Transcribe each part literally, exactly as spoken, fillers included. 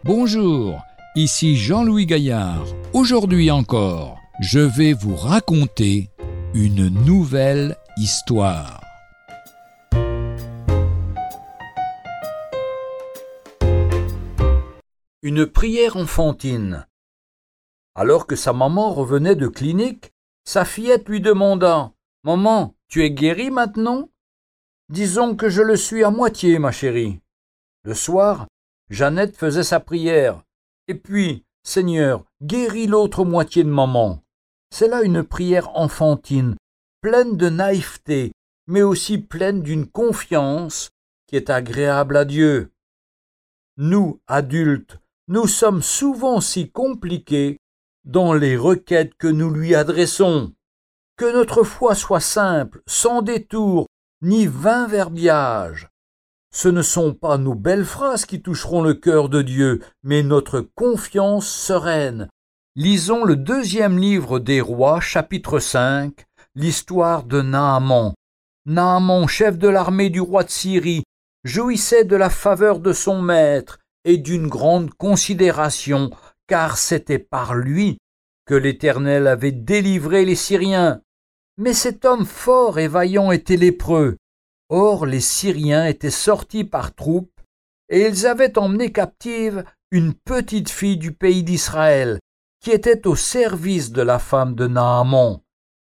Bonjour, ici Jean-Louis Gaillard. Aujourd'hui encore, je vais vous raconter une nouvelle histoire. Une prière enfantine. Alors que sa maman revenait de clinique, sa fillette lui demanda « Maman, tu es guérie maintenant ?»« Disons que je le suis à moitié, ma chérie. » Le soir, Jeannette faisait sa prière. « Et puis, Seigneur, guéris l'autre moitié de maman. » C'est là une prière enfantine, pleine de naïveté, mais aussi pleine d'une confiance qui est agréable à Dieu. Nous, adultes, nous sommes souvent si compliqués dans les requêtes que nous lui adressons. Que notre foi soit simple, sans détour, ni vain verbiage. Ce ne sont pas nos belles phrases qui toucheront le cœur de Dieu, mais notre confiance sereine. Lisons le deuxième livre des Rois, chapitre cinq, l'histoire de Naaman. Naaman, chef de l'armée du roi de Syrie, jouissait de la faveur de son maître et d'une grande considération, car c'était par lui que l'Éternel avait délivré les Syriens. Mais cet homme fort et vaillant était lépreux. Or les Syriens étaient sortis par troupes, et ils avaient emmené captive une petite fille du pays d'Israël, qui était au service de la femme de Naaman.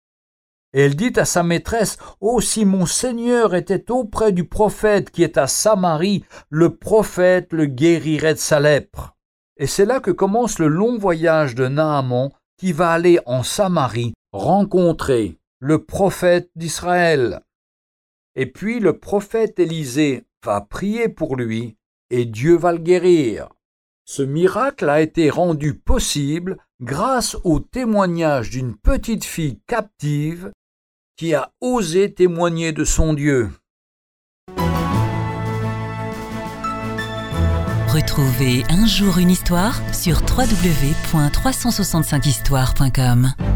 Et elle dit à sa maîtresse, « Oh, si mon Seigneur était auprès du prophète qui est à Samarie, le prophète le guérirait de sa lèpre. » Et c'est là que commence le long voyage de Naaman qui va aller en Samarie rencontrer le prophète d'Israël. Et puis le prophète Élisée va prier pour lui et Dieu va le guérir. Ce miracle a été rendu possible grâce au témoignage d'une petite fille captive qui a osé témoigner de son Dieu. Retrouvez Un jour une histoire sur w w w point trois cent soixante-cinq histoire point com.